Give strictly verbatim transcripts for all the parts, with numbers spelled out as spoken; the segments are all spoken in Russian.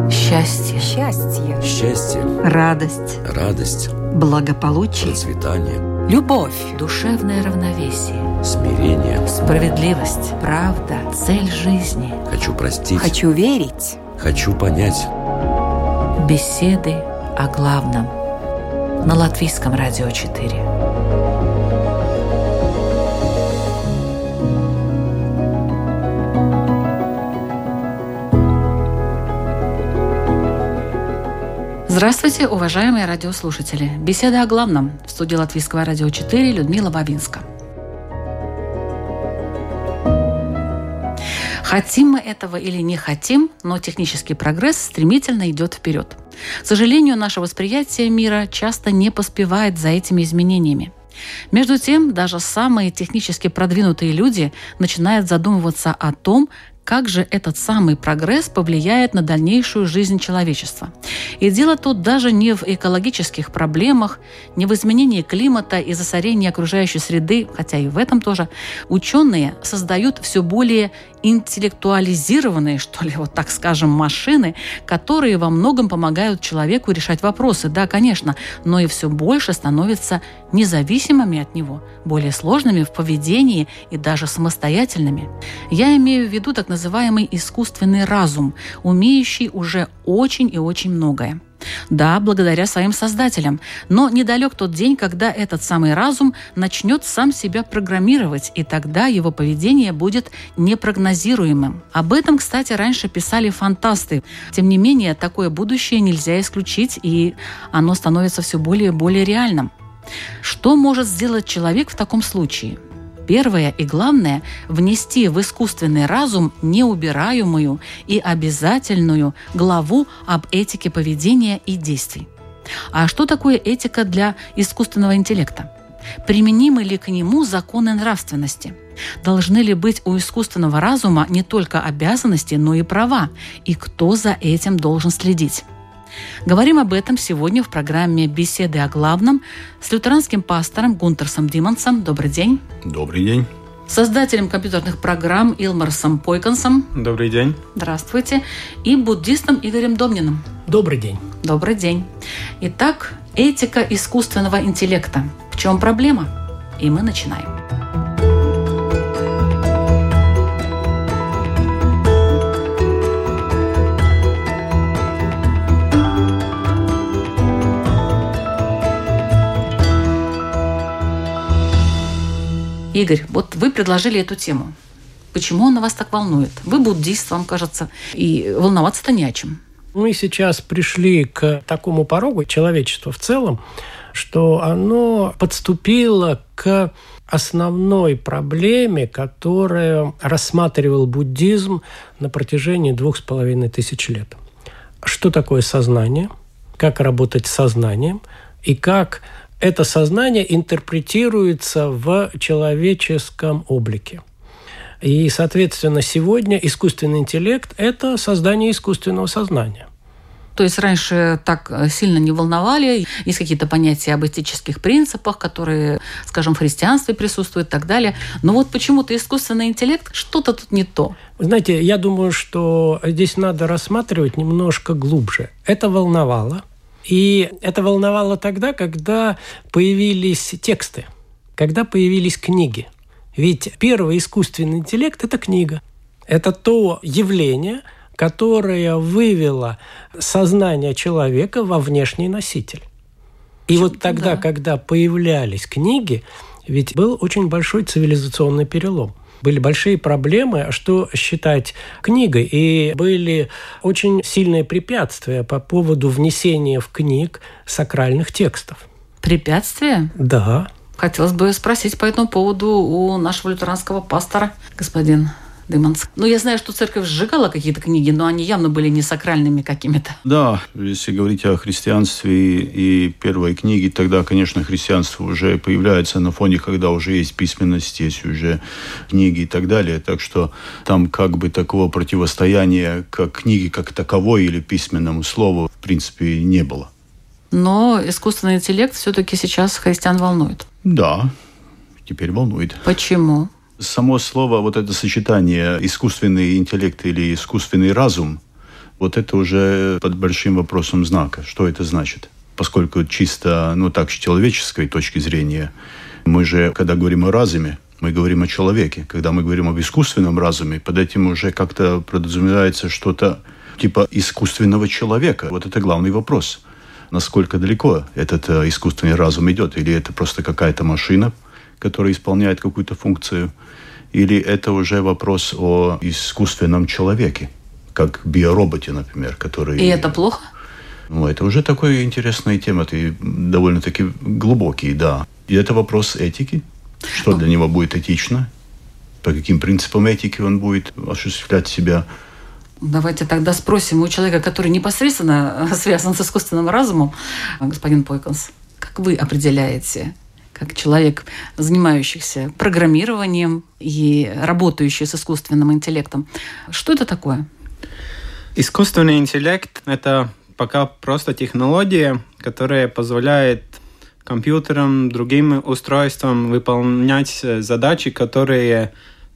Счастье. Счастье. Счастье. Радость. Радость. Благополучие. Процветание. Любовь. Душевное равновесие. Смирение. Справедливость. Правда. Цель жизни. Хочу простить. Хочу верить. Хочу понять. Беседы о главном. На Латвийском радио четыре. Здравствуйте, уважаемые радиослушатели. Беседа о главном. В студии Латвийского радио четыре Людмила Бабинска. Хотим мы этого или не хотим, но технический прогресс стремительно идет вперед. К сожалению, наше восприятие мира часто не поспевает за этими изменениями. Между тем, даже самые технически продвинутые люди начинают задумываться о том, как же этот самый прогресс повлияет на дальнейшую жизнь человечества. И дело тут даже не в экологических проблемах, не в изменении климата и засорении окружающей среды, хотя и в этом тоже. Ученые создают все более интеллектуализированные, что ли, вот так скажем, машины, которые во многом помогают человеку решать вопросы. Да, конечно, но и все больше становятся независимыми от него, более сложными в поведении и даже самостоятельными. Я имею в виду так называемый искусственный разум, умеющий уже очень и очень многое. Да, благодаря своим создателям. Но недалек тот день, когда этот самый разум начнет сам себя программировать, и тогда его поведение будет непрогнозируемым. Об этом, кстати, раньше писали фантасты. Тем не менее, такое будущее нельзя исключить, и оно становится все более и более реальным. Что может сделать человек в таком случае? Первое и главное – внести в искусственный разум неубираемую и обязательную главу об этике поведения и действий. А что такое этика для искусственного интеллекта? Применимы ли к нему законы нравственности? Должны ли быть у искусственного разума не только обязанности, но и права? И кто за этим должен следить? Говорим об этом сегодня в программе «Беседы о главном» с лютеранским пастором Гунтерсом Димансом. Добрый день. Добрый день. Создателем компьютерных программ Илмарсом Пойконсом. Добрый день. Здравствуйте. И буддистом Игорем Домниным. Добрый день. Добрый день. Итак, этика искусственного интеллекта. В чем проблема? И мы начинаем. Игорь, вот вы предложили эту тему. Почему она вас так волнует? Вы буддист, вам кажется, и волноваться-то не о чем. Мы сейчас пришли к такому порогу человечества в целом, что оно подступило к основной проблеме, которую рассматривал буддизм на протяжении двух с половиной тысяч лет. Что такое сознание? Как работать с сознанием? И как это сознание интерпретируется в человеческом облике. И, соответственно, сегодня искусственный интеллект – это создание искусственного сознания. То есть раньше так сильно не волновали. Есть какие-то понятия об этических принципах, которые, скажем, в христианстве присутствуют и так далее. Но вот почему-то искусственный интеллект – что-то тут не то. Вы знаете, я думаю, что здесь надо рассматривать немножко глубже. Это волновало. И это волновало тогда, когда появились тексты, когда появились книги. Ведь первый искусственный интеллект – это книга. Это то явление, которое вывело сознание человека во внешний носитель. И вот тогда, да. когда появлялись книги, ведь был очень большой цивилизационный перелом. Были большие проблемы, что считать книгой, и были очень сильные препятствия по поводу внесения в книг сакральных текстов. Препятствия? Да. Хотелось бы спросить по этому поводу у нашего лютеранского пастора, господин Диманс. Ну, я знаю, что церковь сжигала какие-то книги, но они явно были не сакральными какими-то. Да, если говорить о христианстве и первой книге, тогда, конечно, христианство уже появляется на фоне, когда уже есть письменность, есть уже книги и так далее. Так что там как бы такого противостояния как книги как таковой или письменному слову в принципе не было. Но искусственный интеллект все-таки сейчас христиан волнует. Да, теперь волнует. Почему? Само слово, вот это сочетание искусственный интеллект или искусственный разум, Вот это уже под большим вопросом знака. Что это значит? Поскольку чисто, ну так, с человеческой точки зрения, мы же, когда говорим о разуме, мы говорим о человеке. Когда мы говорим об искусственном разуме, под этим уже как-то подразумевается что-то типа искусственного человека. Вот это главный вопрос. Насколько далеко этот э, искусственный разум идет? Или это просто какая-то машина, которая исполняет какую-то функцию? Или это уже вопрос о искусственном человеке, как биороботе, например, который... И это плохо? Ну, это уже такая интересная тема, и довольно-таки глубокий, да. И это вопрос этики. Что для него будет этично? По каким принципам этики он будет осуществлять себя? Давайте тогда спросим у человека, который непосредственно связан с искусственным разумом, господин Пойконс, как вы определяете, как человек, занимающийся программированием и работающий с искусственным интеллектом, что это такое? Искусственный интеллект – это пока просто технология, которая позволяет компьютерам, другим устройствам выполнять задачи, которые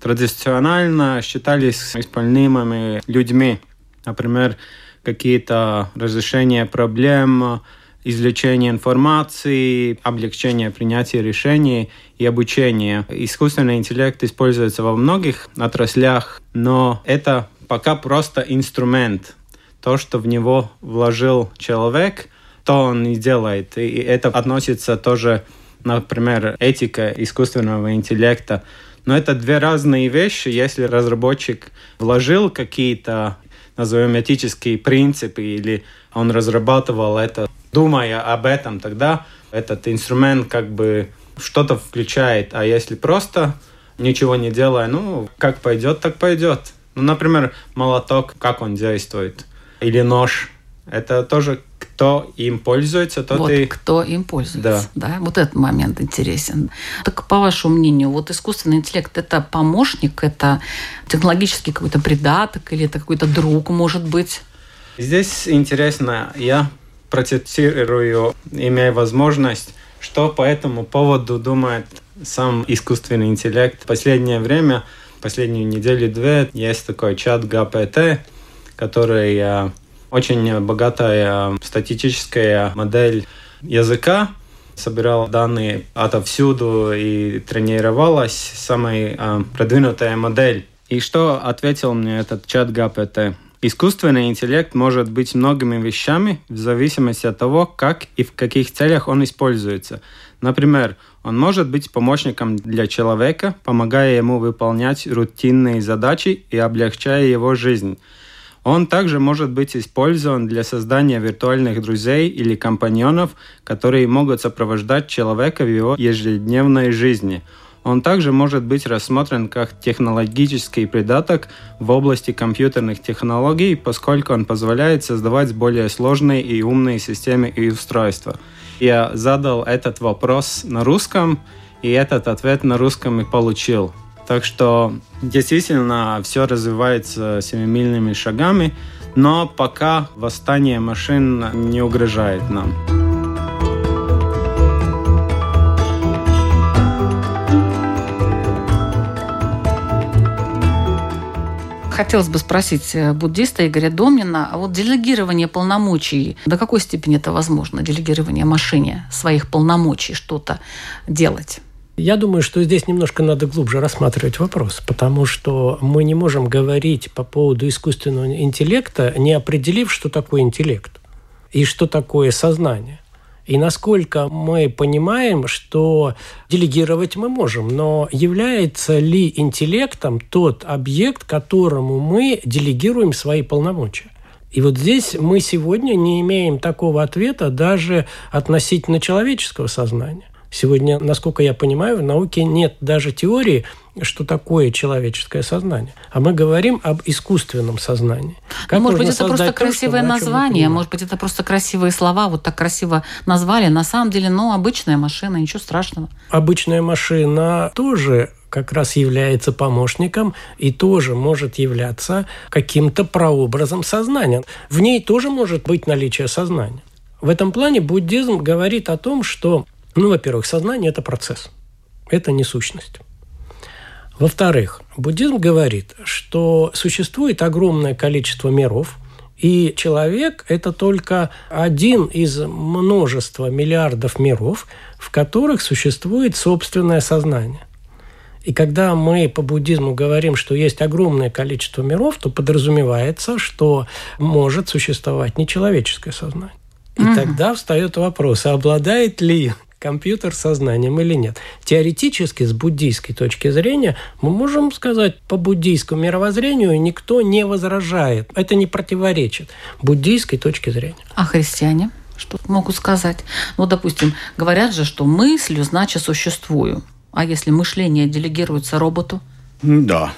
традиционно считались исполнимыми людьми. Например, какие-то разрешения проблем, извлечение информации, облегчение принятия решений и обучения. Искусственный интеллект используется во многих отраслях, но это пока просто инструмент. То, что в него вложил человек, то он и делает. И это относится тоже, например, этика искусственного интеллекта. Но это две разные вещи. Если разработчик вложил какие-то, назовем, этические принципы, или он разрабатывал это, думая об этом, тогда этот инструмент как бы что-то включает. А если просто ничего не делая, ну, как пойдет, так пойдет. Ну, например, молоток, как он действует. Или нож. Это тоже кто им пользуется, тот вот и... кто им пользуется. Да. Да? Вот этот момент интересен. Так, по вашему мнению, вот искусственный интеллект – это помощник, это технологический какой-то придаток или это какой-то друг, может быть? Здесь интересно, я процитирую, имея возможность, что по этому поводу думает сам искусственный интеллект. В последнее время, последнюю неделю-две, есть такой чат джи пи ти, который очень богатая статистическая модель языка, собирал данные отовсюду и тренировалась самая продвинутая модель. И что ответил мне этот чат джи пи ти? Искусственный интеллект может быть многими вещами в зависимости от того, как и в каких целях он используется. Например, он может быть помощником для человека, помогая ему выполнять рутинные задачи и облегчая его жизнь. Он также может быть использован для создания виртуальных друзей или компаньонов, которые могут сопровождать человека в его ежедневной жизни. Он также может быть рассмотрен как технологический придаток в области компьютерных технологий, поскольку он позволяет создавать более сложные и умные системы и устройства. Я задал этот вопрос на русском, и этот ответ на русском и получил. Так что действительно все развивается семимильными шагами, но пока восстание машин не угрожает нам. Хотелось бы спросить буддиста Игоря Домнина, а вот делегирование полномочий, до какой степени это возможно, делегирование машине своих полномочий что-то делать? Я думаю, что здесь немножко надо глубже рассматривать вопрос, потому что мы не можем говорить по поводу искусственного интеллекта, не определив, что такое интеллект и что такое сознание. И насколько мы понимаем, что делегировать мы можем, но является ли интеллектом тот объект, которому мы делегируем свои полномочия? И вот здесь мы сегодня не имеем такого ответа даже относительно человеческого сознания. Сегодня, насколько я понимаю, в науке нет даже теории, что такое человеческое сознание. А мы говорим об искусственном сознании. Ну, может быть, это просто красивое название, может быть, это просто красивые слова, вот так красиво назвали. На самом деле, ну, обычная машина, ничего страшного. Обычная машина тоже как раз является помощником и тоже может являться каким-то прообразом сознания. В ней тоже может быть наличие сознания. В этом плане буддизм говорит о том, что Ну, во-первых, сознание – это процесс, это не сущность. Во-вторых, буддизм говорит, что существует огромное количество миров, И человек – это только один из множества миллиардов миров, в которых существует собственное сознание. И когда мы по буддизму говорим, что есть огромное количество миров, то подразумевается, что может существовать нечеловеческое сознание. И угу. тогда встает вопрос, а обладает ли компьютер сознанием или нет. Теоретически, с буддийской точки зрения, мы можем сказать, по буддийскому мировоззрению никто не возражает. Это не противоречит буддийской точке зрения. А христиане что могут сказать? Ну, допустим, говорят же, что мыслью, значит, существую. А если мышление делегируется роботу? Да.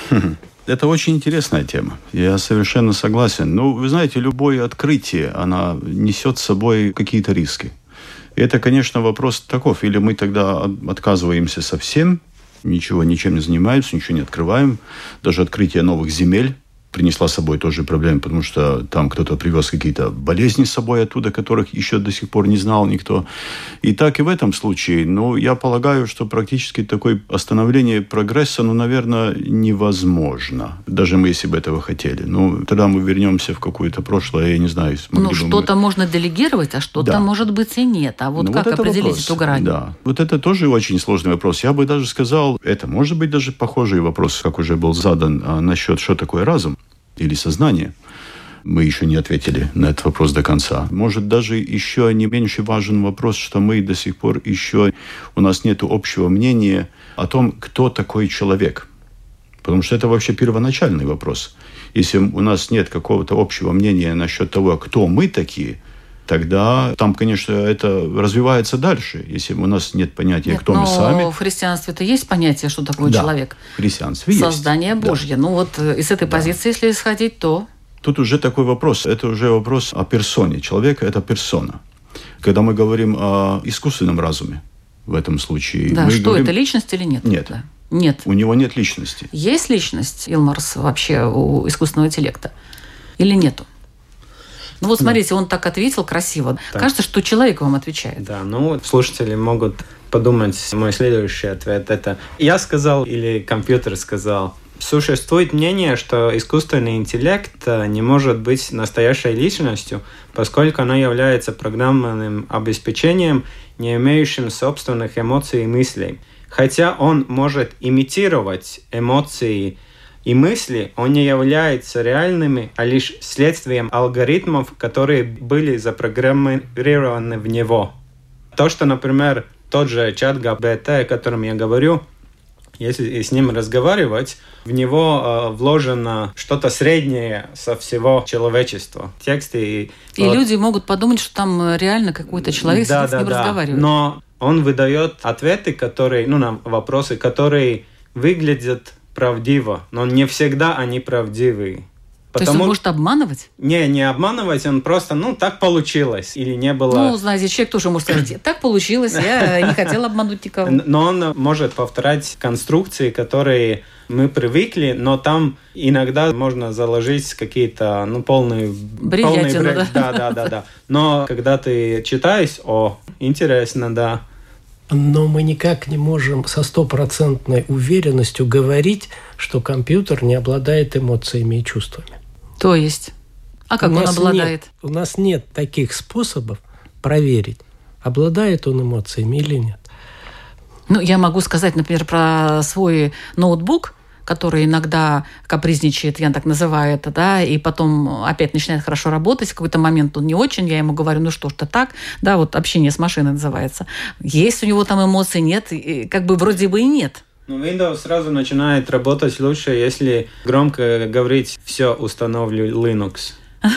Это очень интересная тема. Я совершенно согласен. Ну, вы знаете, любое открытие, оно несет с собой какие-то риски. Это, конечно, вопрос таков. Или мы тогда отказываемся совсем, ничего, ничем не занимаемся, ничего не открываем. Даже открытие новых земель принесла с собой тоже проблемы, потому что там кто-то привез какие-то болезни с собой оттуда, которых еще до сих пор не знал никто. И так и в этом случае. Ну, я полагаю, что практически такое остановление прогресса, ну, наверное, невозможно. Даже мы, если бы этого хотели. Ну, тогда мы вернемся в какое-то прошлое, я не знаю. Ну, что-то мы... можно делегировать, а что-то, да. может быть, и нет. А вот ну, как вот определить вопрос. Эту грань? Да. Вот это тоже очень сложный вопрос. Я бы даже сказал, это может быть даже похожий вопрос, как уже был задан, а, насчет, что такое разум или сознание. Мы еще не ответили на этот вопрос до конца. Может, даже еще не меньше важен вопрос, что мы до сих пор еще... У нас нет общего мнения о том, кто такой человек. Потому что это вообще первоначальный вопрос. Если у нас нет какого-то общего мнения насчет того, кто мы такие, тогда там, конечно, это развивается дальше. Если у нас нет понятия, нет, кто мы сами. В христианстве-то есть понятие, что такое да, человек. В христианстве есть. Создание Божье. Да. Ну вот из этой да. позиции, если исходить, то... Тут уже такой вопрос. Это уже вопрос о персоне. Человек – это персона. Когда мы говорим о искусственном разуме, в этом случае... Да, мы что говорим... это, личность или нет? Нет. Да. Нет. У него нет личности. Есть личность, Илмарс, вообще у искусственного интеллекта? Или нету? Ну вот смотрите, он так ответил красиво. Так. Кажется, что человек вам отвечает. Да, ну слушатели могут подумать, мой следующий ответ это я сказал или компьютер сказал. Существует мнение, что искусственный интеллект не может быть настоящей личностью, поскольку она является программным обеспечением, не имеющим собственных эмоций и мыслей. Хотя он может имитировать эмоции и мысли, он не является реальными, а лишь следствием алгоритмов, которые были запрограммированы в него. То, что, например, тот же чат джи пи ти, о котором я говорю, если с ним разговаривать, в него э, вложено что-то среднее со всего человечества. Тексты и... И вот. Люди могут подумать, что там реально какой-то человек да, с да, ним да. разговаривает. Но он выдает ответы, которые, ну, на вопросы, которые выглядят правдиво, но не всегда они правдивые. Потому... То есть он может обманывать? Не, не обманывать, он просто, ну, так получилось, или не было... Ну, знаете, человек тоже может сказать, так получилось, я не хотел обмануть никого. Но он может повторять конструкции, которые мы привыкли, но там иногда можно заложить какие-то, ну, полные... Бредятину, полные... да? Да, да, да, да. Но когда ты читаешь, о, интересно, да. Но мы никак не можем со стопроцентной уверенностью говорить, что компьютер не обладает эмоциями и чувствами. То есть? А как он обладает? Нет, у нас нет таких способов проверить, обладает он эмоциями или нет. Ну, я могу сказать, например, про свой ноутбук, который иногда капризничает, я так называю это, да, и потом опять начинает хорошо работать, в какой-то момент он не очень, я ему говорю, ну что ж-то так, да, вот общение с машиной называется. Есть у него там эмоции, нет, и как бы вроде бы и нет. Ну, Windows сразу начинает работать лучше, если громко говорить «все, установлю Linux».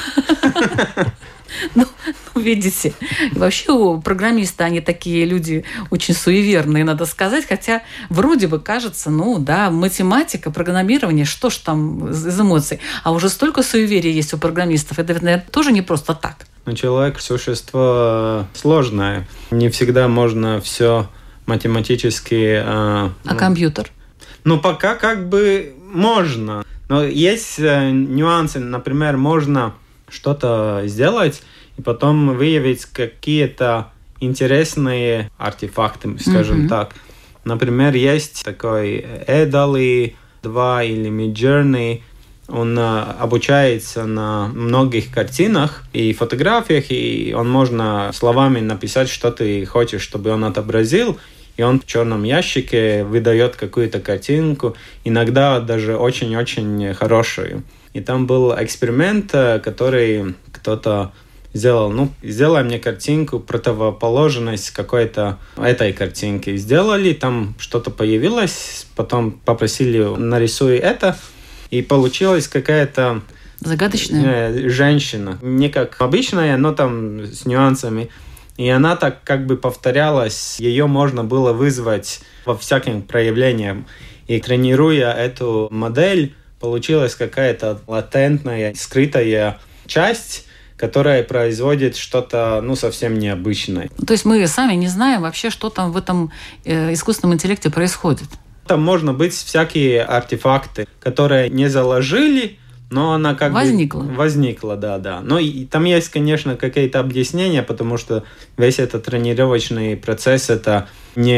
Ну, видите, вообще у программиста они такие люди очень суеверные, надо сказать, хотя вроде бы кажется, ну да, математика, программирование, что ж там из эмоций, а уже столько суеверий есть у программистов, это, наверное, тоже не просто так. Ну, человек – существо сложное, не всегда можно все математически… А, а ну, компьютер? Ну, пока как бы можно, но есть нюансы, например, можно… что-то сделать и потом выявить какие-то интересные артефакты, скажем mm-hmm. так. Например, есть такой Эдали два или Midjourney. Он обучается на многих картинах и фотографиях, и он можно словами написать, что ты хочешь, чтобы он отобразил, и он в черном ящике выдает какую-то картинку, иногда даже очень-очень хорошую. И там был эксперимент, который кто-то сделал, ну, сделай мне картинку, противоположность какой-то этой картинки. Сделали, там что-то появилось, потом попросили, нарисуй это, и получилась какая-то загадочная женщина. Не как обычная, но там с нюансами. И она так как бы повторялась, ее можно было вызвать во всяких проявлениях. И тренируя эту модель, получилась какая-то латентная, скрытая часть, которая производит что-то, ну, совсем необычное. То есть мы сами не знаем вообще, что там в этом э, искусственном интеллекте происходит. Там можно быть всякие артефакты, которые не заложили, но она как возникла. бы... Возникла, да, да. Но и там есть, конечно, какие-то объяснения, потому что весь этот тренировочный процесс – это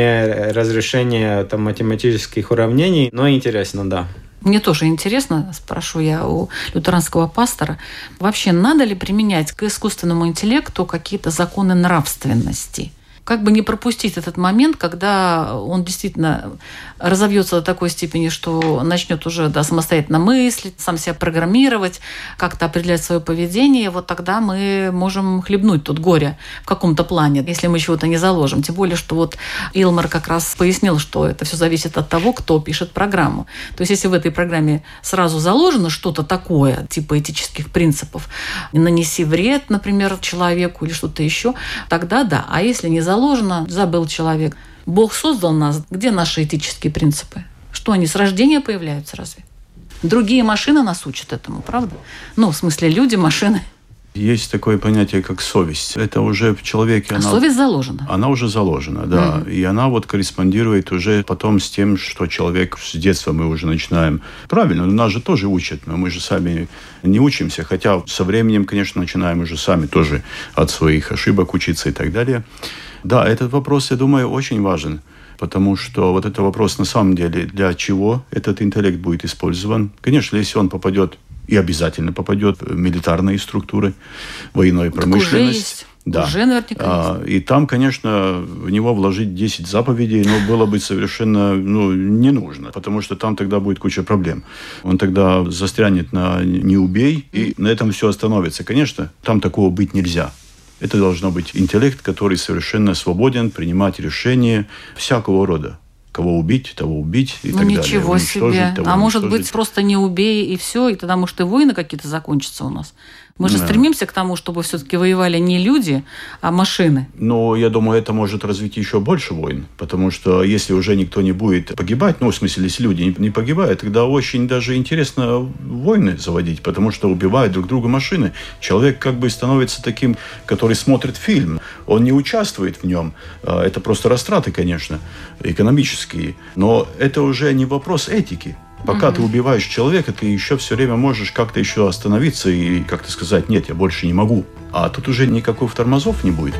не разрешение там, математических уравнений, но интересно, да. Мне тоже интересно, спрошу я у лютеранского пастора, вообще надо ли применять к искусственному интеллекту какие-то законы нравственности? Как бы не пропустить этот момент, когда он действительно разовьется до такой степени, что начнет уже да, самостоятельно мыслить, сам себя программировать, как-то определять свое поведение, вот тогда мы можем хлебнуть тут горе в каком-то плане, если мы чего-то не заложим. Тем более, что вот Илмар как раз пояснил, что это все зависит от того, кто пишет программу. То есть, если в этой программе сразу заложено что-то такое, типа этических принципов, не нанеси вред, например, человеку или что-то еще, тогда да. А если не заложено, Заложено, забыл человек. Бог создал нас. Где наши этические принципы? Что они с рождения появляются разве? Другие машины нас учат этому, правда? Ну, в смысле, люди, машины. Есть такое понятие, как совесть. Это уже в человеке... А она, совесть заложена? Она уже заложена, да. Mm-hmm. И она вот корреспондирует уже потом с тем, что человек с детства мы уже начинаем. Правильно, нас же тоже учат, но мы же сами не учимся. Хотя со временем, конечно, начинаем уже сами тоже от своих ошибок учиться и так далее. Да, этот вопрос, я думаю, очень важен. Потому что вот это вопрос на самом деле, для чего этот интеллект будет использован. Конечно, если он попадет и обязательно попадет в милитарные структуры, военную промышленность. Уже есть. Да. Уже наверняка а, и там, конечно, в него вложить десять заповедей, но было бы совершенно ну, не нужно, потому что там тогда будет куча проблем. Он тогда застрянет на «не убей», и на этом все остановится. Конечно, там такого быть нельзя. Это должно быть интеллект, который совершенно свободен принимать решения всякого рода. Кого убить, того убить и ну, так ничего далее. себе. Того а может уничтожить. быть, просто не убей и все, и тогда, может, и войны какие-то закончатся у нас. Мы же да. стремимся к тому, чтобы все-таки воевали не люди, а машины. Но я думаю, это может развить еще больше войн. Потому что если уже никто не будет погибать, ну, в смысле, если люди не погибают, тогда очень даже интересно войны заводить, потому что убивают друг друга машины. Человек как бы становится таким, который смотрит фильм. Он не участвует в нем. Это просто растраты, конечно, экономические. Но это уже не вопрос этики. Пока mm-hmm. ты убиваешь человека, ты еще все время можешь как-то еще остановиться и как-то сказать, нет, я больше не могу. А тут уже никаких тормозов не будет.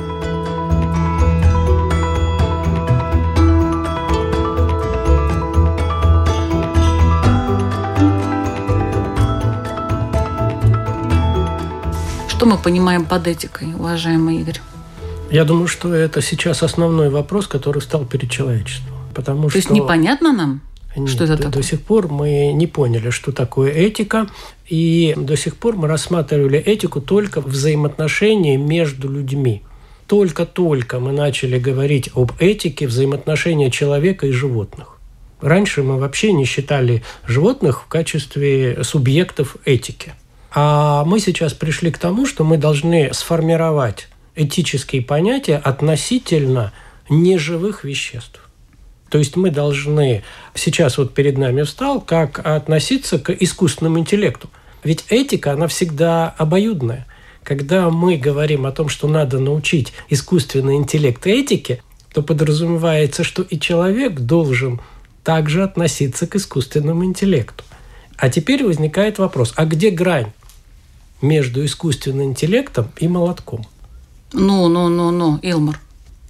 Что мы понимаем под этикой, уважаемый Игорь? Я думаю, что это сейчас основной вопрос, который стал перед человечеством. Потому То что... есть непонятно нам? Нет, что это до, такое? До сих пор мы не поняли, что такое этика, и до сих пор мы рассматривали этику только в взаимоотношении между людьми. Только-только мы начали говорить об этике взаимоотношения человека и животных. Раньше мы вообще не считали животных в качестве субъектов этики. А мы сейчас пришли к тому, что мы должны сформировать этические понятия относительно неживых веществ. То есть мы должны, сейчас вот перед нами встал, как относиться к искусственному интеллекту. Ведь этика, она всегда обоюдная. Когда мы говорим о том, что надо научить искусственный интеллект этике, то подразумевается, что и человек должен также относиться к искусственному интеллекту. А теперь возникает вопрос, а где грань между искусственным интеллектом и молотком? Ну, ну, ну, ну, Илмар.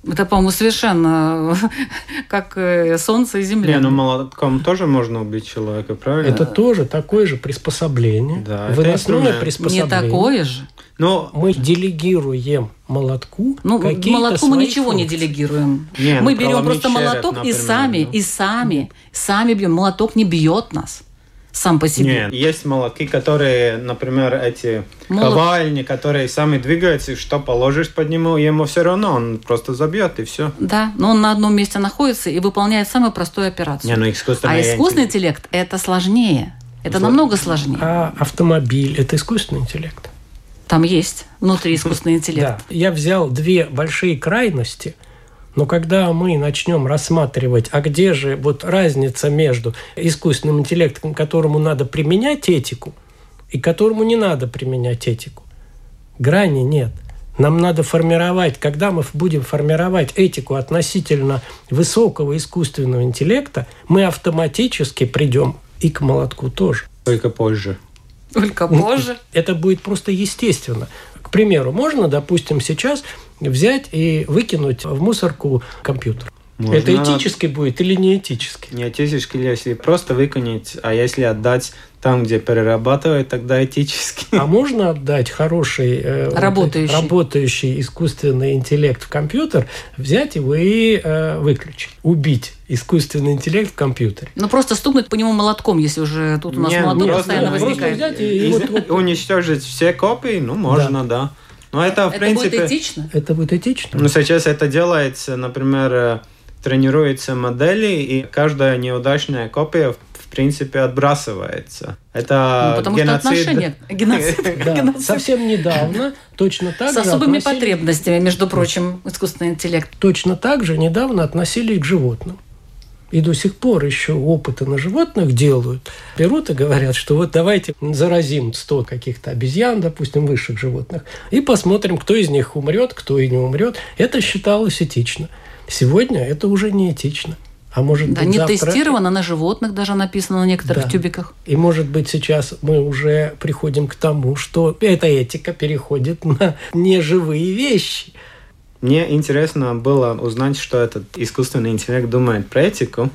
Это, по-моему, совершенно как солнце и земля. Не, ну молотком тоже можно убить человека, правильно? Это тоже такое же приспособление. Да, выносное это приспособление. Не такое же. Но мы делегируем молотку ну, какие-то молотку мы ничего функции. не делегируем. Не, мы ну, берем просто череп, молоток например, и сами, ну. и сами, сами бьем. Молоток не бьет нас сам по себе. Нет, есть молотки, которые, например, эти Молот... ковальни, которые сами двигаются, и что положишь под нему, ему все равно, он просто забьет, и все. Да, но он на одном месте находится и выполняет самую простую операцию. Не, ну, искусственный а искусственный интеллект – это сложнее. Это Сло... намного сложнее. А автомобиль – это искусственный интеллект? Там есть внутри искусственный интеллект. Да. Я взял две большие крайности, но когда мы начнем рассматривать, а где же вот разница между искусственным интеллектом, которому надо применять этику, и которому не надо применять этику, грани нет. Нам надо формировать, когда мы будем формировать этику относительно высокого искусственного интеллекта, мы автоматически придем и к молотку тоже. Только позже. Только позже. Это будет просто естественно. К примеру, можно, допустим, сейчас взять и выкинуть в мусорку компьютер. Можно. Это этически будет или не этически? Не этически, если просто выкинуть, а если отдать там, где перерабатывают, тогда этически. А можно отдать хороший э, работающий. Вот, работающий искусственный интеллект в компьютер, взять его и э, выключить, убить искусственный интеллект в компьютере? Ну, просто стукнуть по нему молотком, если уже тут у нас Нет, молоток просто- постоянно просто возникает. взять и, и И вот, вот, уничтожить все копии, ну, можно, да. Но это, в Это принципе... будет этично? это будет этично? Ну, сейчас это делается, например, тренируются модели, и каждая неудачная копия, в принципе, отбрасывается. Это Ну, потому геноцид. что отношения... Геноцид. Да. Геноцид. Совсем недавно точно так С же особыми относились- потребностями, между прочим, искусственный интеллект. Точно так же недавно относились к животным. И до сих пор еще опыты на животных делают. Берут и говорят, что вот давайте заразим сто каких-то обезьян, допустим, высших животных, и посмотрим, кто из них умрет, кто и не умрет. Это считалось этично. Сегодня это уже не этично. А может Да, быть, не завтра... тестировано, на животных даже написано на некоторых Да. тюбиках. И, может быть, сейчас мы уже приходим к тому, что эта этика переходит на неживые вещи. Мне интересно было узнать, что этот искусственный интеллект думает про этику.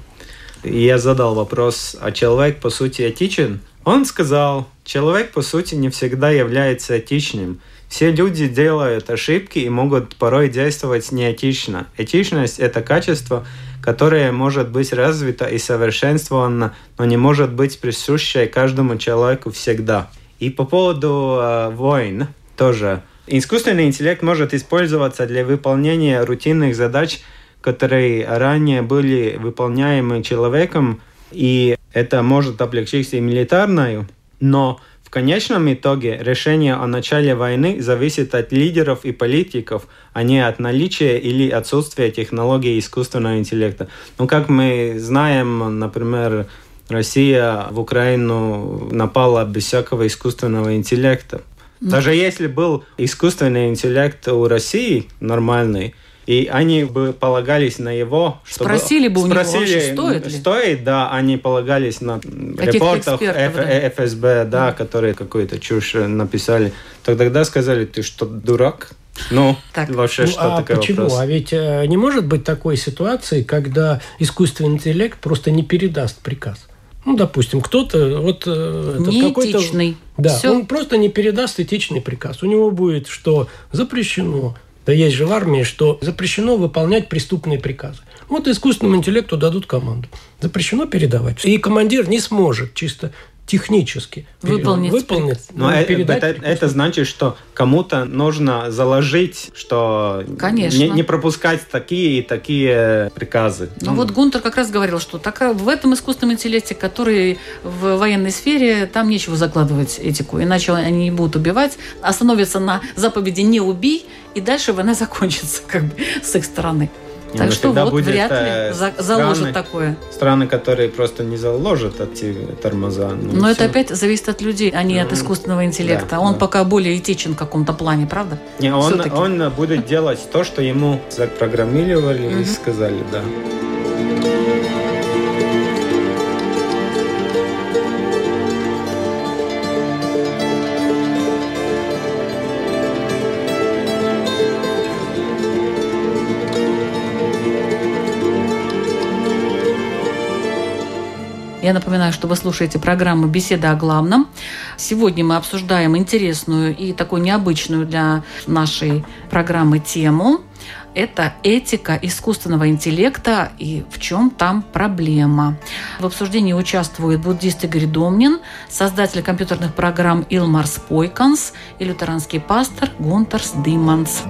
И я задал вопрос, а человек по сути этичен? Он сказал, человек по сути не всегда является этичным. Все люди делают ошибки и могут порой действовать неэтично. Этичность – это качество, которое может быть развито и совершенствовано, но не может быть присуще каждому человеку всегда. И по поводу э, войн тоже. Искусственный интеллект может использоваться для выполнения рутинных задач, которые ранее были выполняемы человеком, и это может облегчить и милитарную, но в конечном итоге решение о начале войны зависит от лидеров и политиков, а не от наличия или отсутствия технологий искусственного интеллекта. Ну, как мы знаем, например, Россия в Украину напала без всякого искусственного интеллекта. Ну. Даже если был искусственный интеллект у России нормальный, и они бы полагались на его... Чтобы... Спросили бы у него Спросили, вообще, стоит ли? Стоит, да, они полагались на репортах экспертов, да. эф эс бэ, да, которые какую-то чушь написали. То тогда сказали, ты что, дурак? Ну, Так. вообще, Ну, что а такой почему? вопрос? А ведь э, не может быть такой ситуации, когда искусственный интеллект просто не передаст приказ. Ну, допустим, кто-то вот э, этот какой-то... Неэтичный. Да, Всё. он просто не передаст этичный приказ. У него будет, что запрещено. Да есть же в армии, что запрещено выполнять преступные приказы. Вот искусственному интеллекту дадут команду. Запрещено передавать. И командир не сможет чисто технически Выполнить выполнить Но ну, э- передать это, приказ. это значит, что кому-то нужно заложить, что Конечно. не, не пропускать такие и такие приказы. Ну вот Гунтер как раз говорил, что так, в этом искусственном интеллекте, который в военной сфере, там нечего закладывать этику, иначе они не будут убивать, остановятся на заповеди «не убий», и дальше война закончится как бы с их стороны. Не, Так ну что всегда вот будет, вряд э, ли за- страны- заложат такое. Страны, которые просто не заложат эти тормоза. ну и Но это всё. опять зависит от людей, а не от искусственного интеллекта. да, Он да. пока более этичен в каком-то плане, правда? Не, он, Всё-таки. он будет делать то, что ему запрограммировали и Мгм. сказали, да. Я напоминаю, что вы слушаете программу «Беседа о главном». Сегодня мы обсуждаем интересную и такую необычную для нашей программы тему. Это этика искусственного интеллекта и в чем там проблема. В обсуждении участвует буддист Игорь Домнин, создатель компьютерных программ Илмарс Пойканс и лютеранский пастор Гунтерс Диманс.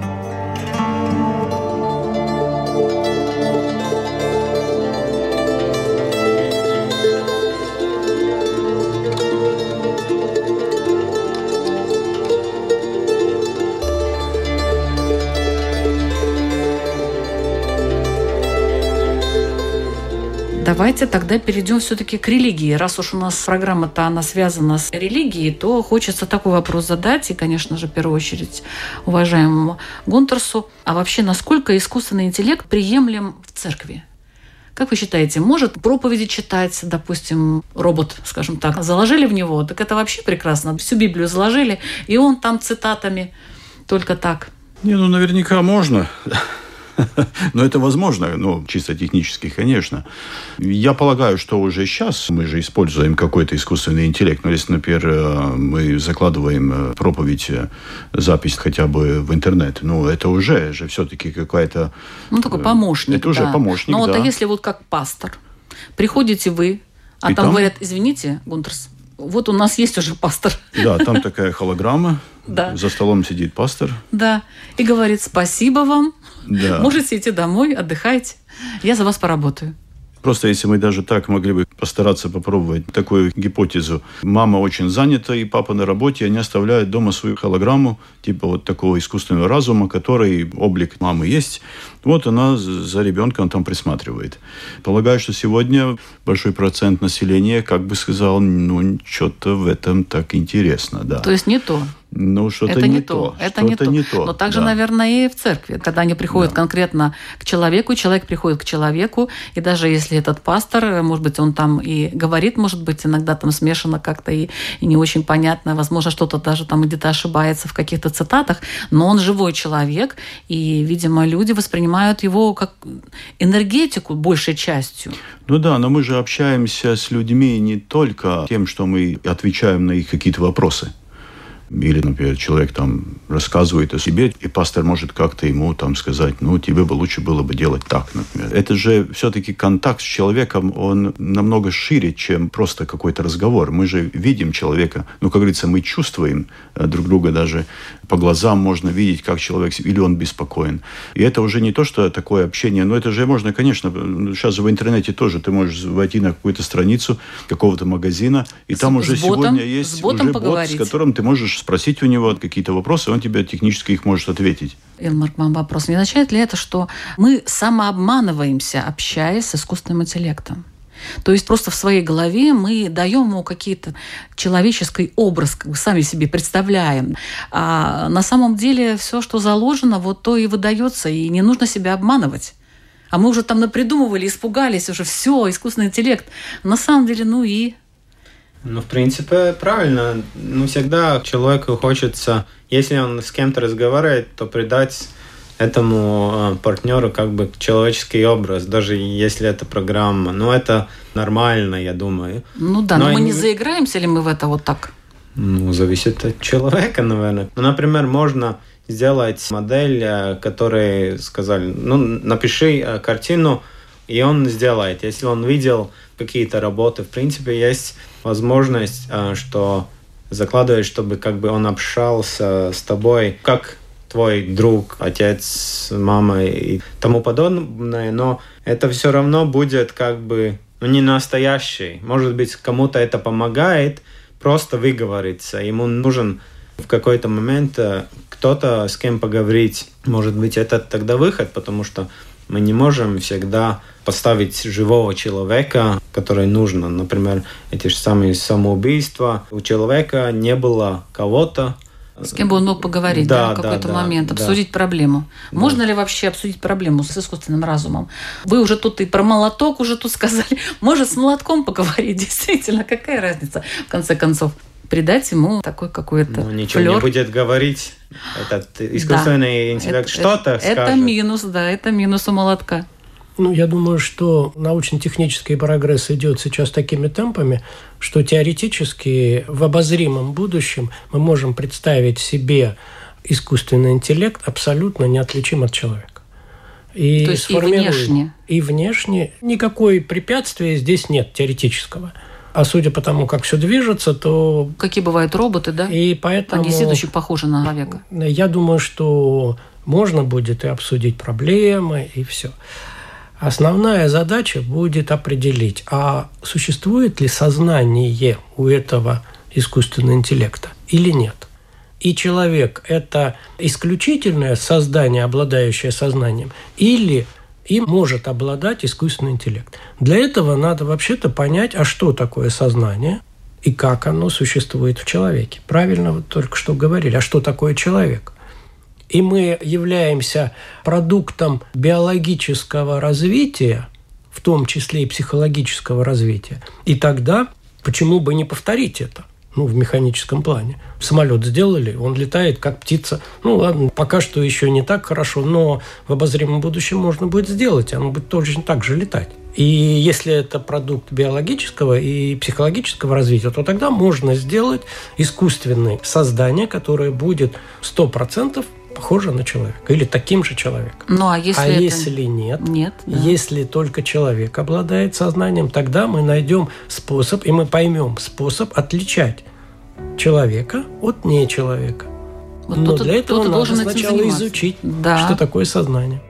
Давайте тогда перейдем все-таки к религии. Раз уж у нас программа-то она связана с религией, то хочется такой вопрос задать. И, конечно же, в первую очередь уважаемому Гунтерсу. А вообще, насколько искусственный интеллект приемлем в церкви? Как вы считаете, может проповеди читать, допустим, робот, скажем так, заложили в него? Так это вообще прекрасно. Всю Библию заложили, и он там цитатами только так. Не, ну наверняка можно. Но это возможно, ну, чисто технически, конечно. Я полагаю, что уже сейчас мы же используем какой-то искусственный интеллект. Ну, если, например, мы закладываем проповедь, запись хотя бы в интернет, ну, это уже же все-таки какая-то... Ну, такой помощник, Это уже да. помощник, Но да. вот а если вот как пастор, приходите вы, а И там, там говорят, извините, Гунтерс, вот у нас есть уже пастор. Да, там такая холограмма, Да. за столом сидит пастор. Да, и говорит, спасибо вам, Да. можете идти домой, отдыхайте, я за вас поработаю. Просто если мы даже так могли бы постараться попробовать такую гипотезу. Мама очень занята, и папа на работе, они оставляют дома свою холограмму, типа вот такого искусственного разума, который облик мамы есть. Вот она за ребенком там присматривает. Полагаю, что сегодня большой процент населения как бы сказал, ну, что-то в этом так интересно, да. То есть не то. Ну, что-то Это не, не то. то. Это что-то не то. не то. Но также, да. наверное, и в церкви. Когда они приходят Да. конкретно к человеку, человек приходит к человеку, и даже если этот пастор, может быть, он там и говорит, может быть, иногда там смешано как-то и, и не очень понятно, возможно, что-то даже там где-то ошибается в каких-то цитатах, но он живой человек, и, видимо, люди воспринимают его как энергетику большей частью. Ну да, но мы же общаемся с людьми не только тем, что мы отвечаем на их какие-то вопросы. Или, например, человек там рассказывает о себе, и пастор может как-то ему там сказать, ну, тебе бы лучше было бы делать так, например. Это же все-таки контакт с человеком, он намного шире, чем просто какой-то разговор. Мы же видим человека, ну, как говорится, мы чувствуем друг друга даже по глазам, можно видеть, как человек, или он беспокоен. И это уже не то, что такое общение, но это же можно, конечно, сейчас в интернете тоже ты можешь войти на какую-то страницу какого-то магазина, и там с, уже с ботом, сегодня есть с ботом уже бот, поговорить. с которым ты можешь спросить у него какие-то вопросы, он тебе технически их может ответить. Илмар, к вам вопрос. Не означает ли это, что мы самообманываемся, общаясь с искусственным интеллектом? То есть просто в своей голове мы даем ему какие-то человеческий образ, как бы сами себе представляем. А на самом деле все, что заложено, вот то и выдается, и не нужно себя обманывать. А мы уже там напридумывали, испугались, уже все, искусственный интеллект. На самом деле, ну и... Ну, в принципе, правильно. Ну, всегда человеку хочется, если он с кем-то разговаривает, то придать этому э, партнеру как бы человеческий образ, даже если это программа. Ну, это нормально, я думаю. Ну да, но, но мы они... не заиграемся ли мы в это вот так? Ну, зависит от человека, наверное. Ну, например, можно сделать модель, которой сказали, ну, напиши картину, и он сделает. Если он видел какие-то работы, в принципе, есть возможность, что закладываешь, чтобы как бы он общался с тобой, как твой друг, отец, мама и тому подобное, но это все равно будет как бы ну, не настоящий. Может быть, кому-то это помогает просто выговориться. Ему нужен в какой-то момент кто-то, с кем поговорить. Может быть, это тогда выход, потому что мы не можем всегда поставить живого человека, который нужно. Например, эти же самые самоубийства. У человека не было кого-то, с кем бы он мог поговорить да, да, в какой-то да, момент, да, обсудить да. проблему. Да. Можно ли вообще обсудить проблему с искусственным разумом? Вы уже тут и про молоток уже тут сказали. Может, с молотком поговорить? Действительно, какая разница, в конце концов? Придать ему такой какой-то ну, ничего флёр. Не будет говорить. Этот искусственный да. интеллект это, что-то это, скажет. Это минус, да, это минус у молотка. Ну, я думаю, что научно-технический прогресс идет сейчас такими темпами, что теоретически в обозримом будущем мы можем представить себе искусственный интеллект абсолютно неотличим от человека. И То есть и внешне? И внешне. Никакой препятствия здесь нет теоретического. А судя по тому, как все движется, то... Какие бывают роботы, да? И поэтому... Они действительно очень похожи на человека. Я думаю, что можно будет и обсудить проблемы, и все. Основная задача будет определить, а существует ли сознание у этого искусственного интеллекта или нет. И человек – это исключительное создание, обладающее сознанием, или им может обладать искусственный интеллект. Для этого надо вообще-то понять, а что такое сознание и как оно существует в человеке. Правильно вы только что говорили, а что такое человек? И мы являемся продуктом биологического развития, в том числе и психологического развития. И тогда почему бы не повторить это? Ну, в механическом плане. Самолет сделали, он летает как птица. Ну, ладно, пока что еще не так хорошо, но в обозримом будущем можно будет сделать, оно будет точно так же летать. И если это продукт биологического и психологического развития, то тогда можно сделать искусственное создание, которое будет сто процентов похоже на человека или таким же человеком. Ну, а если, а это... если нет, нет да. если только человек обладает сознанием, тогда мы найдем способ, и мы поймем способ отличать человека от нечеловека. Вот Но для этого надо сначала изучить, да. что такое сознание.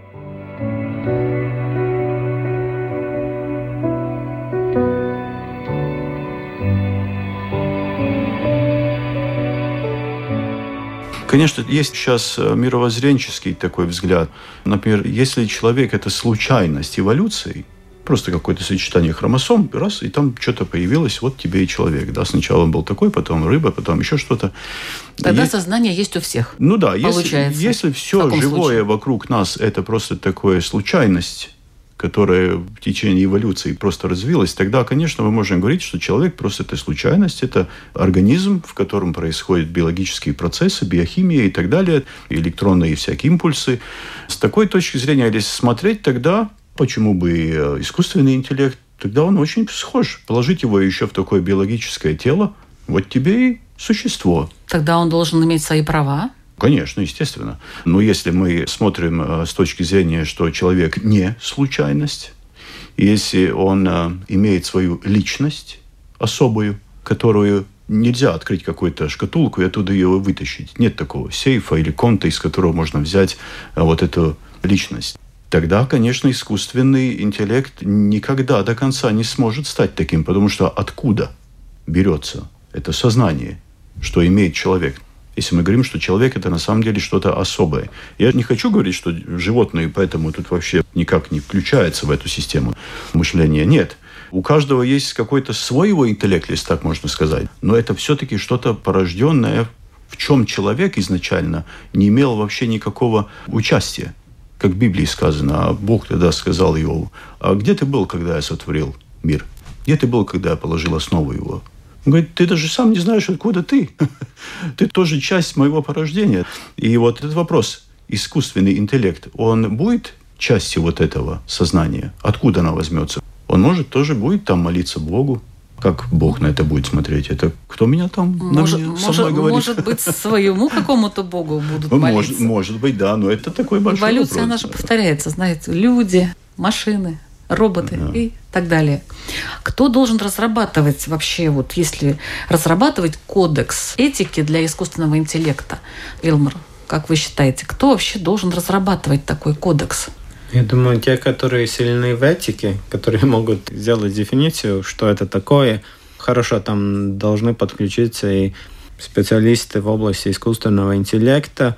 Конечно, есть сейчас мировоззренческий такой взгляд. Например, если человек – это случайность эволюции, просто какое-то сочетание хромосом, раз, и там что-то появилось, вот тебе и человек. Да? Сначала он был такой, потом рыба, потом еще что-то. Тогда есть... сознание есть у всех. Ну да, получается, если, если все живое случае. вокруг нас – это просто такая случайность, которая в течение эволюции просто развилась, тогда, конечно, мы можем говорить, что человек просто это случайность, это организм, в котором происходят биологические процессы, биохимия и так далее, электронные всякие импульсы. С такой точки зрения, если смотреть, тогда почему бы искусственный интеллект, тогда он очень схож. Положить его еще в такое биологическое тело, вот тебе и существо. Тогда он должен иметь свои права. Конечно, естественно. Но если мы смотрим с точки зрения, что человек не случайность, если он имеет свою личность особую, которую нельзя открыть какую-то шкатулку и оттуда ее вытащить. Нет такого сейфа или конта, из которого можно взять вот эту личность. Тогда, конечно, искусственный интеллект никогда до конца не сможет стать таким, потому что откуда берется это сознание, что имеет человек? Если мы говорим, что человек – это на самом деле что-то особое. Я не хочу говорить, что животные поэтому тут вообще никак не включаются в эту систему мышления. Нет. У каждого есть какой-то свой интеллект, если так можно сказать. Но это все-таки что-то порожденное, в чем человек изначально не имел вообще никакого участия. Как в Библии сказано, а Бог тогда сказал Иову: «А где ты был, когда я сотворил мир? Где ты был, когда я положил основу его?» Он говорит: ты даже сам не знаешь, откуда ты. Ты тоже часть моего порождения. И вот этот вопрос, искусственный интеллект, он будет частью вот этого сознания? Откуда она возьмется? Он, может, тоже будет там молиться Богу. Как Бог на это будет смотреть? Это кто меня там может, на меня, может, со мной говорит? Может быть, своему какому-то Богу будут молиться. Может, может быть, да, но это такой большой вопрос. Эволюция, она же повторяется, знаете, люди, машины, роботы да. и так далее. Кто должен разрабатывать вообще, вот если разрабатывать кодекс этики для искусственного интеллекта? Илмар, как вы считаете, кто вообще должен разрабатывать такой кодекс? Я думаю, те, которые сильны в этике, которые могут сделать дефиницию, что это такое. Хорошо, там должны подключиться и специалисты в области искусственного интеллекта.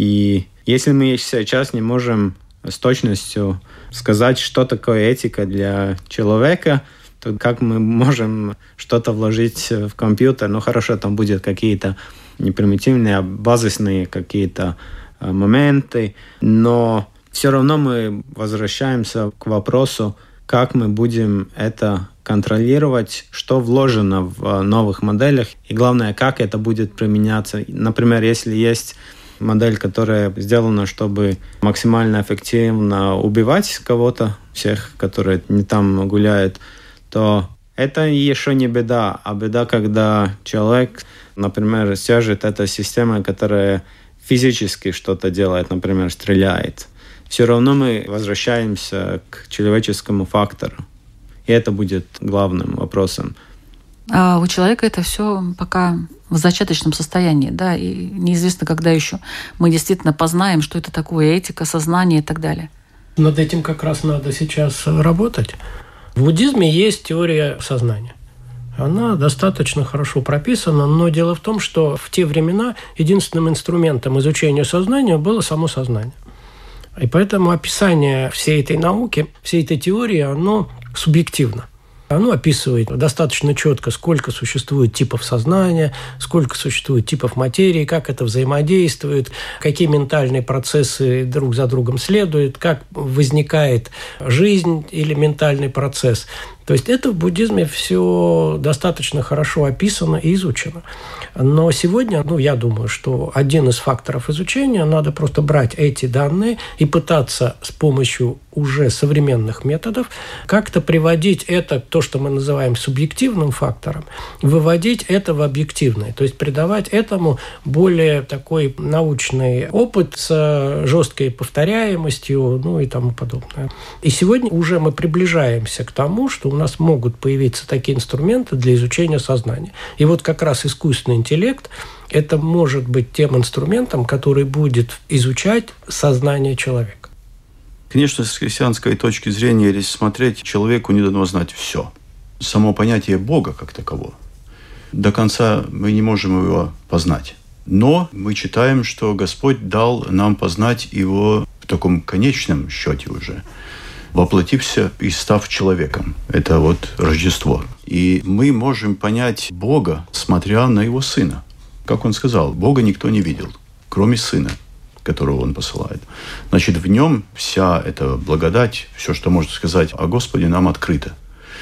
И если мы сейчас не можем с точностью сказать, что такое этика для человека, то как мы можем что-то вложить в компьютер? Ну, хорошо, там будут какие-то не примитивные, а базисные какие-то моменты, но все равно мы возвращаемся к вопросу, как мы будем это контролировать, что вложено в новых моделях, и главное, как это будет применяться. Например, если есть модель, которая сделана, чтобы максимально эффективно убивать кого-то, всех, которые не там гуляют, то это еще не беда. А беда, когда человек, например, свяжет эту систему, которая физически что-то делает, например, стреляет. Все равно мы возвращаемся к человеческому фактору. И это будет главным вопросом. А у человека это все пока в зачаточном состоянии, да, и неизвестно, когда еще мы действительно познаем, что это такое этика, сознание и так далее. Над этим как раз надо сейчас работать. В буддизме есть теория сознания. Она достаточно хорошо прописана, но дело в том, что в те времена единственным инструментом изучения сознания было само сознание. И поэтому описание всей этой науки, всей этой теории, оно субъективно. Оно описывает достаточно четко, сколько существует типов сознания, сколько существует типов материи, как это взаимодействует, какие ментальные процессы друг за другом следуют, как возникает жизнь или ментальный процесс. То есть это в буддизме все достаточно хорошо описано и изучено. Но сегодня, ну, я думаю, что один из факторов изучения, надо просто брать эти данные и пытаться с помощью уже современных методов как-то приводить это, то, что мы называем субъективным фактором, выводить это в объективное. То есть придавать этому более такой научный опыт с жесткой повторяемостью, ну и тому подобное. И сегодня уже мы приближаемся к тому, что у нас могут появиться такие инструменты для изучения сознания. И вот как раз искусственный интеллект – это может быть тем инструментом, который будет изучать сознание человека. Конечно, с христианской точки зрения, если смотреть, человеку не дано знать все. Само понятие Бога как такового. До конца мы не можем его познать. Но мы читаем, что Господь дал нам познать его в таком конечном счете уже, воплотився и став человеком. Это вот Рождество. И мы можем понять Бога, смотря на его Сына. Как он сказал, Бога никто не видел, кроме Сына, которого он посылает. Значит, в нем вся эта благодать, все, что можно сказать о Господе, нам открыто.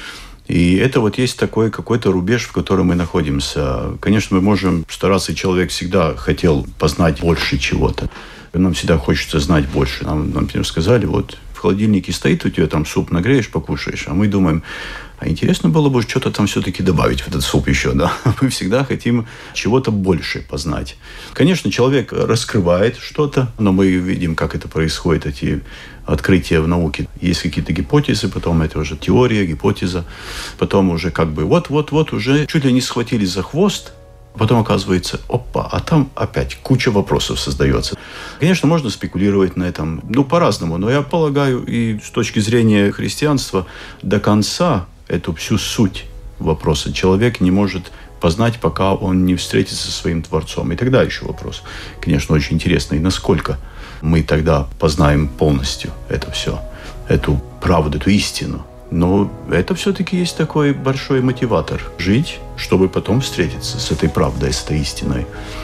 И это вот есть такой какой-то рубеж, в котором мы находимся. Конечно, мы можем стараться, человек всегда хотел познать больше чего-то. Нам всегда хочется знать больше. Нам, например, сказали, вот в холодильнике стоит у тебя там суп, нагреешь, покушаешь. А мы думаем, а интересно было бы что-то там все-таки добавить в этот суп еще, да? Мы всегда хотим чего-то больше познать. Конечно, человек раскрывает что-то, но мы видим, как это происходит, эти открытия в науке. Есть какие-то гипотезы, потом это уже теория, гипотеза, потом уже как бы вот-вот-вот уже чуть ли не схватились за хвост, потом оказывается, опа, а там опять куча вопросов создается. Конечно, можно спекулировать на этом, ну, по-разному, но я полагаю, и с точки зрения христианства, до конца эту всю суть вопроса человек не может познать, пока он не встретится со своим Творцом. И тогда еще вопрос, конечно, очень интересный, насколько мы тогда познаем полностью это все, эту правду, эту истину. Но это все-таки есть такой большой мотиватор – жить, чтобы потом встретиться с этой правдой, с этой истиной.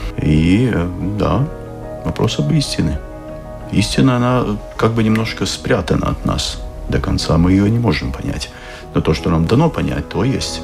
И да, вопрос об истине. Истина, она как бы немножко спрятана от нас. До конца мы ее не можем понять. Но то, что нам дано понять, то есть.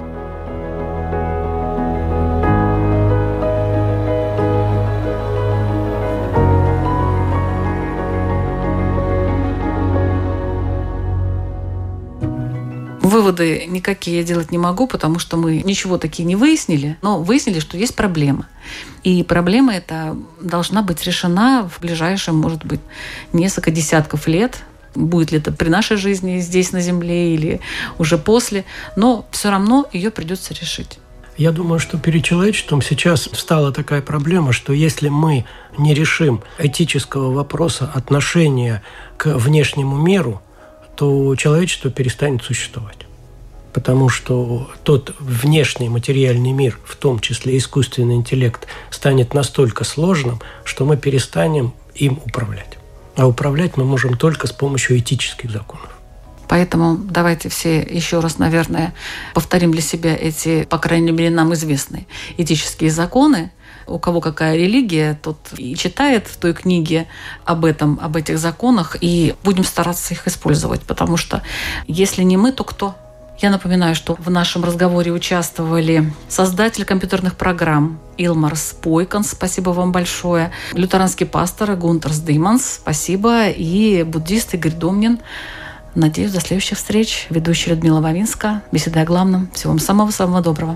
Выводы никакие я делать не могу, потому что мы ничего таки не выяснили, но выяснили, что есть проблема. И проблема эта должна быть решена в ближайшем, может быть, несколько десятков лет. Будет ли это при нашей жизни здесь на Земле или уже после, но все равно ее придется решить. Я думаю, что перед человечеством сейчас встала такая проблема, что если мы не решим этического вопроса отношения к внешнему миру, то человечество перестанет существовать. Потому что тот внешний материальный мир, в том числе искусственный интеллект, станет настолько сложным, что мы перестанем им управлять. А управлять мы можем только с помощью этических законов. Поэтому давайте все еще раз, наверное, повторим для себя эти, по крайней мере, нам известные этические законы. У кого какая религия, тот и читает в той книге об этом, об этих законах, и будем стараться их использовать, потому что если не мы, то кто? Я напоминаю, что в нашем разговоре участвовали создатель компьютерных программ Илмарс Пойканс, спасибо вам большое, лютеранский пастор Гунтерс Диманс, спасибо, и буддист Игорь Домнин. Надеюсь, до следующих встреч. Ведущая Людмила Вавинска. Беседа о главном. Всего вам самого-самого доброго.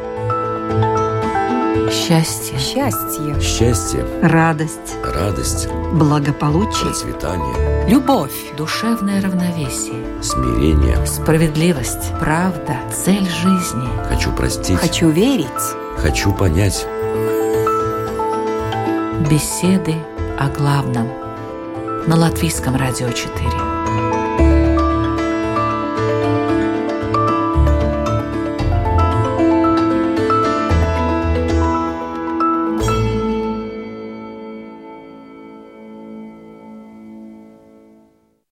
Счастье. Счастье. Счастье. Радость. Радость. Благополучие. Процветание. Любовь. Душевное равновесие. Смирение. Справедливость. Правда. Цель жизни. Хочу простить. Хочу верить. Хочу понять. Беседы о главном. На Латвийском радио четыре.